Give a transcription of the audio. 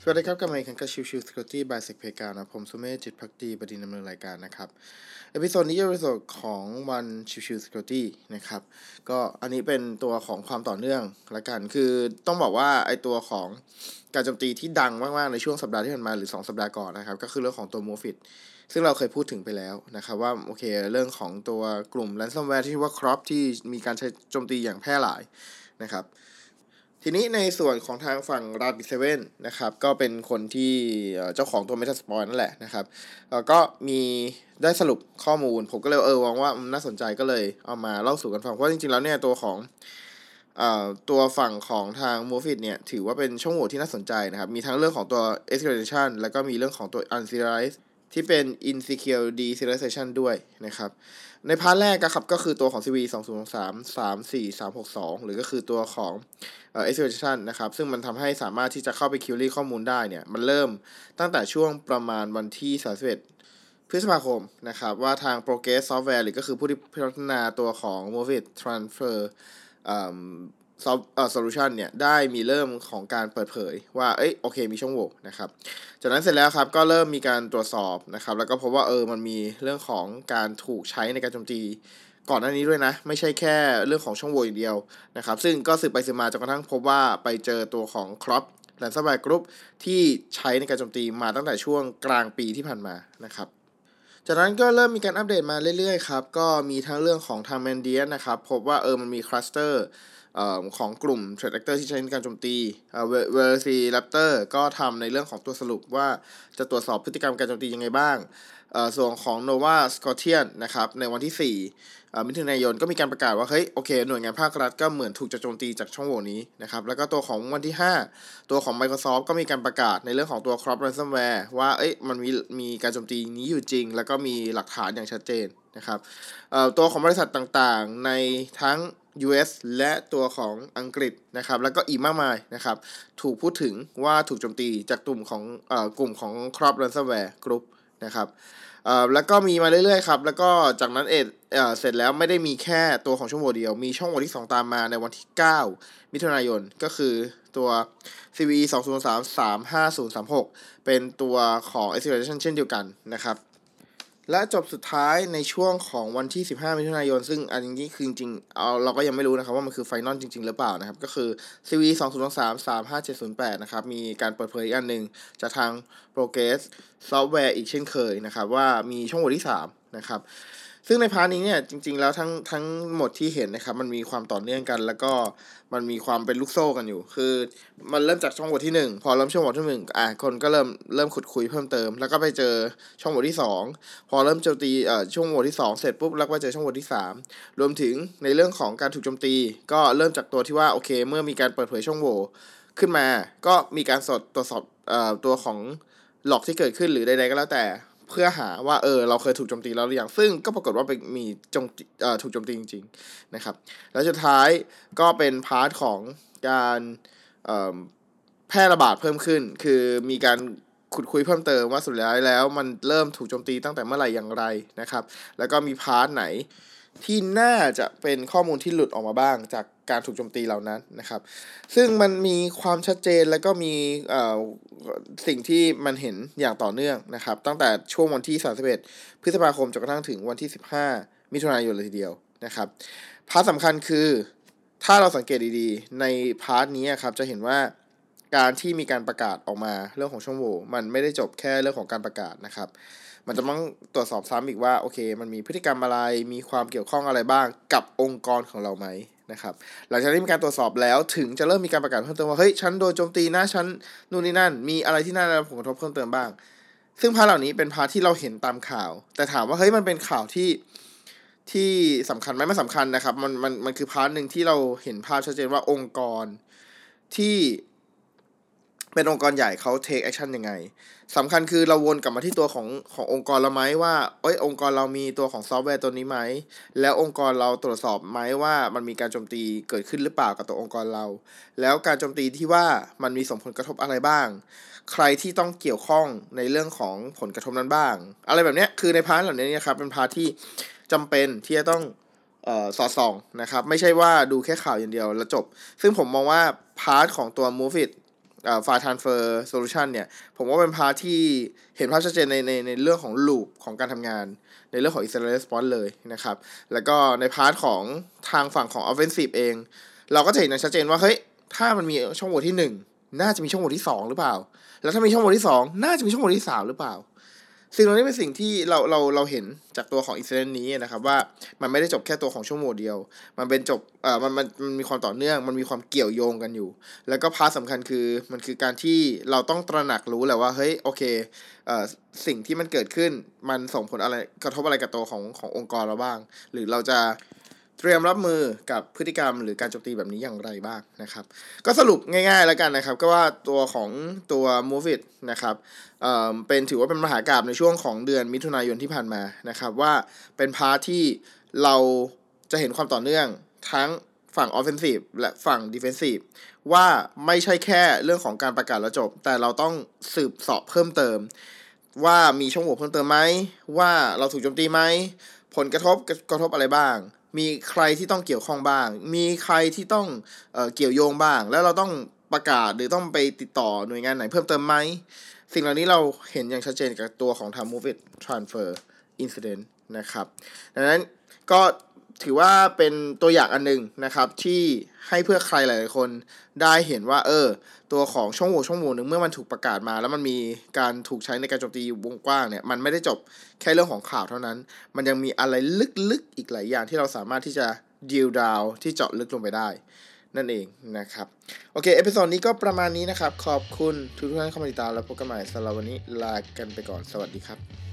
สวัสดีครับกลับมาอีกครั้งกับชิวชิว Security by Sec p กานะผมสุเมธจิตภักดีบดินทร์ดำเนินรายการนะครับเอพิโซดนี้จะเป็นเอพิโซดของวันชิวชิว Security นะครับก็อันนี้เป็นตัวของความต่อเนื่องละกันคือต้องบอกว่าไอตัวของการโจมตีที่ดังมากๆในช่วงสัปดาห์ที่ผ่านมาหรือ2สัปดาห์ก่อนนะครับก็คือเรื่องของตัว Morphit ซึ่งเราเคยพูดถึงไปแล้วนะครับว่าโอเคเรื่องของตัวกลุ่ม ransomware ที่ว่า Crop ที่มีการใช้โจมตีอย่างแพร่หลายนะครับทีนี้ในส่วนของทางฝั่ง Rapid7 นะครับก็เป็นคนที่เจ้าของตัว Metasploit นั่นแหละนะครับก็มีได้สรุปข้อมูลผมก็เลยหวังว่ามันน่าสนใจก็เลยเอามาเล่าสู่กันฟังเพราะจริงๆแล้วเนี่ยตัวของตัวฝั่งของทาง Morphit เนี่ยถือว่าเป็นช่องโหว่ที่น่าสนใจนะครับมีทั้งเรื่องของตัว escalation แล้วก็มีเรื่องของตัว unserialized ที่เป็น insecure deserialization ด้วยนะครับในพาร์ทแรกครับก็คือตัวของ CV 2023 34362หรือก็คือตัวของescalation นะครับซึ่งมันทำให้สามารถที่จะเข้าไป query ข้อมูลได้เนี่ยมันเริ่มตั้งแต่ช่วงประมาณวันที่31พฤษภาคมนะครับว่าทาง Progress Software หรือก็คือผู้ที่พัฒนาตัวของ Morphit Transfer solution เนี่ยได้มีเริ่มของการเปิดเผยว่าโอเคมีช่องโหว่นะครับจากนั้นเสร็จแล้วครับก็เริ่มมีการตรวจสอบนะครับแล้วก็พบว่ามันมีเรื่องของการถูกใช้ในการโจมตีก่อนหน้านี้ด้วยนะไม่ใช่แค่เรื่องของช่องโหว่อย่างเดียวนะครับซึ่งก็สืบไปสืบมาจนกระทั่งพบว่าไปเจอตัวของ Crop Ransomware Group ที่ใช้ในการโจมตีมาตั้งแต่ช่วงกลางปีที่ผ่านมานะครับจากนั้นก็เริ่มมีการอัปเดตมาเรื่อยๆครับก็มีทั้งเรื่องของทาง Mandiant นะครับพบว่ามันมีคลัสเตอร์ของกลุ่ม Threat Actor ที่ใช้ในการโจมตีVelociraptor ก็ทำในเรื่องของตัวสรุปว่าจะตรวจสอบพฤติกรรมการโจมตียังไงบ้างส่วนของ Nova Scotian นะครับในวันที่4มิถุนายนก็มีการประกาศว่าเฮ้ยโอเคหน่วยงานภาครัฐก็เหมือนถูกจะโจมตีจากช่องโหว่นี้นะครับแล้วก็ตัวของวันที่5ตัวของ Microsoft ก็มีการประกาศในเรื่องของตัว Crop Ransomware ว่ามันมีการโจมตีนี้อยู่จริงแล้วก็มีหลักฐานอย่างชัดเจนนะครับตัวของบริษัทต่างๆในทั้ง US และตัวของอังกฤษนะครับแล้วก็อีกมากมายนะครับถูกพูดถึงว่าถูกโจมตีจากกลุ่มของ Crop Ransomware Group นะครับแล้วก็มีมาเรื่อยๆครับแล้วก็จากนั้นเสร็จแล้วไม่ได้มีแค่ตัวของช่องโหว่เดียวมีช่องโหว่ที่2ตามมาในวันที่9มิถุนายนก็คือตัว CVE 20335036เป็นตัวของ escalation เช่นเดียวกันนะครับและจบสุดท้ายในช่วงของวันที่15มิถุนายนซึ่งอันนี้คือจริงๆเราก็ยังไม่รู้นะครับว่ามันคือไฟนอลจริงๆหรือเปล่านะครับก็คือ CVE 2023 35708นะครับมีการเปิดเผยอีกอันนึงจากทาง Progress Software อีกเช่นเคยนะครับว่ามีช่องโหว่ที่3นะครับซึ่งในพาร์ทนี้เนี่ยจริงๆแล้วทั้งหมดที่เห็นนะครับมันมีความต่อเนื่องกันแล้วก็มันมีความเป็นลูกโซ่กันอยู่คือมันเริ่มจากช่องโหว่ที่1พอเริ่มช่องโหว่ที่1คนก็เริ่มขุดคุยเพิ่มเติมแล้วก็ไปเจอช่องโหว่ที่2พอเริ่มโจมตีช่องโหว่ที่2เสร็จปุ๊บแล้วก็เจอช่องโหว่ที่3รวมถึงในเรื่องของการถูกโจมตีก็เริ่มจากตัวที่ว่าโอเคเมื่อมีการเปิดเผยช่องโหว่ขึ้นมาก็มีการตรวจสอบตัวของหลอกที่เกิดขึ้นหรือใดๆก็แล้วแต่เพื่อหาว่าเราเคยถูกโจมตีแล้วหรือยังซึ่งก็ปรากฏว่ามีถูกโจมตีจริงๆนะครับแล้วสุดท้ายก็เป็นพาร์ทของการแพร่ระบาดเพิ่มขึ้นคือมีการขุดคุยเพิ่มเติมว่าสุดท้ายแล้วมันเริ่มถูกโจมตีตั้งแต่เมื่อไหร่อย่างไรนะครับแล้วก็มีพาร์ทไหนที่น่าจะเป็นข้อมูลที่หลุดออกมาบ้างจากการถูกโจมตีเหล่านั้นนะครับซึ่งมันมีความชัดเจนแล้วก็มีสิ่งที่มันเห็นอย่างต่อเนื่องนะครับตั้งแต่ช่วงวันที่31พฤษภาคมจนกระทั่งถึงวันที่15มิถุนายนเลยทีเดียวนะครับพาร์ทสำคัญคือถ้าเราสังเกตดีๆในพาร์ทนี้ครับจะเห็นว่าการที่มีการประกาศออกมาเรื่องของช่องโหว่มันไม่ได้จบแค่เรื่องของการประกาศนะครับมันจะต้องตรวจสอบซ้ำอีกว่าโอเคมันมีพฤติกรรมอะไรมีความเกี่ยวข้องอะไรบ้างกับองค์กรของเราไหมนะครับหลังจากที่มีการตรวจสอบแล้วถึงจะเริ่มมีการประกาศเพิ่มเติมว่าเฮ้ยฉันโดนโจมตีนะฉันนู่นนี่นั่นมีอะไรที่น่าได้รับผลกระทบเพิ่มเติมบ้างซึ่งพาร์ทเหล่านี้เป็นพาร์ทที่เราเห็นตามข่าวแต่ถามว่าเฮ้ยมันเป็นข่าวที่สำคัญไหมไม่สำคัญนะครับมันคือพาร์ทหนึ่งที่เราเห็นภาพชัดเจนว่าองค์กรที่เป็นองค์กรใหญ่เขา take action ยังไงสำคัญคือเราวนกลับมาที่ตัวขององค์กรเราไหมว่าองค์กรเรามีตัวของซอฟต์แวร์ตัวนี้ไหมแล้วองค์กรเราตรวจสอบไหมว่ามันมีการโจมตีเกิดขึ้นหรือเปล่ากับตัวองค์กรเราแล้วการโจมตีที่ว่ามันมีส่งผลกระทบอะไรบ้างใครที่ต้องเกี่ยวข้องในเรื่องของผลกระทบนั้นบ้างอะไรแบบนี้คือในพาร์ทเหล่านี้นะครับเป็นพาร์ทที่จำเป็นที่จะต้องสอดส่องนะครับไม่ใช่ว่าดูแค่ข่าวอย่างเดียวแล้วจบซึ่งผมมองว่าพาร์ทของตัว Move It file transfer solution เนี่ยผมว่าเป็นพาร์ทที่เห็นภาพชัดเจนในเรื่องของ loop ของการทำงานในเรื่องของ incident response เลยนะครับแล้วก็ในพาร์ทของทางฝั่งของ offensive เองเราก็จะเห็นอย่างชัดเจนว่าเฮ้ยถ้ามันมีช่องโหว่ที่1น่าจะมีช่องโหว่ที่2หรือเปล่าแล้วถ้ามีช่องโหว่ที่2น่าจะมีช่องโหว่ที่3หรือเปล่าสิ่งเหล่านี้เป็นสิ่งที่เราเห็นจากตัวของ incident นี้นะครับว่ามันไม่ได้จบแค่ตัวของช่วงโหว่เดียวมันเป็นจบมันมีความต่อเนื่องมันมีความเกี่ยวโยงกันอยู่แล้วก็พาร์ทสำคัญคือมันคือการที่เราต้องตระหนักรู้แหละว่าเฮ้ยโอเคสิ่งที่มันเกิดขึ้นมันส่งผลอะไรกระทบอะไรกับตัวขององค์กรเราบ้างหรือเราจะเตรียมรับมือกับพฤติกรรมหรือการโจมตีแบบนี้อย่างไรบ้างนะครับก็สรุปง่ายๆแล้วกันนะครับก็ว่าตัวของตัว MOVEit นะครับถือว่าเป็นมหากาพย์ในช่วงของเดือนมิถุนายนที่ผ่านมานะครับว่าเป็นพาร์ทที่เราจะเห็นความต่อเนื่องทั้งฝั่ง offensive และฝั่ง defensive ว่าไม่ใช่แค่เรื่องของการประกาศแล้วจบแต่เราต้องสืบเสาะเพิ่มเติมว่ามีช่องโหว่เพิ่มเติมไหมว่าเราถูกโจมตีไหมผลกระทบอะไรบ้างมีใครที่ต้องเกี่ยวข้องบ้างมีใครที่ต้องเกี่ยวโยงบ้างแล้วเราต้องประกาศหรือต้องไปติดต่อหน่วยงานไหนเพิ่มเติมไหมสิ่งเหล่านี้เราเห็นอย่างชัดเจนกับตัวของ MOVEit Transfer Incident นะครับดังนั้นก็ถือว่าเป็นตัวอย่างอันนึงนะครับที่ให้เพื่อใครหลายๆคนได้เห็นว่าตัวของช่องโหว่หนึ่งเมื่อมันถูกประกาศมาแล้วมันมีการถูกใช้ในการโจมตีวงกว้างเนี่ยมันไม่ได้จบแค่เรื่องของข่าวเท่านั้นมันยังมีอะไรลึกๆอีกหลายอย่างที่เราสามารถที่จะdrill down ที่เจาะลึกลงไปได้นั่นเองนะครับโอเคเอพิโซดนี้ก็ประมาณนี้นะครับขอบคุณทุกท่านเข้ามาติดตามแล้วพบกันใหม่สำหรับวันนี้ลากันไปก่อนสวัสดีครับ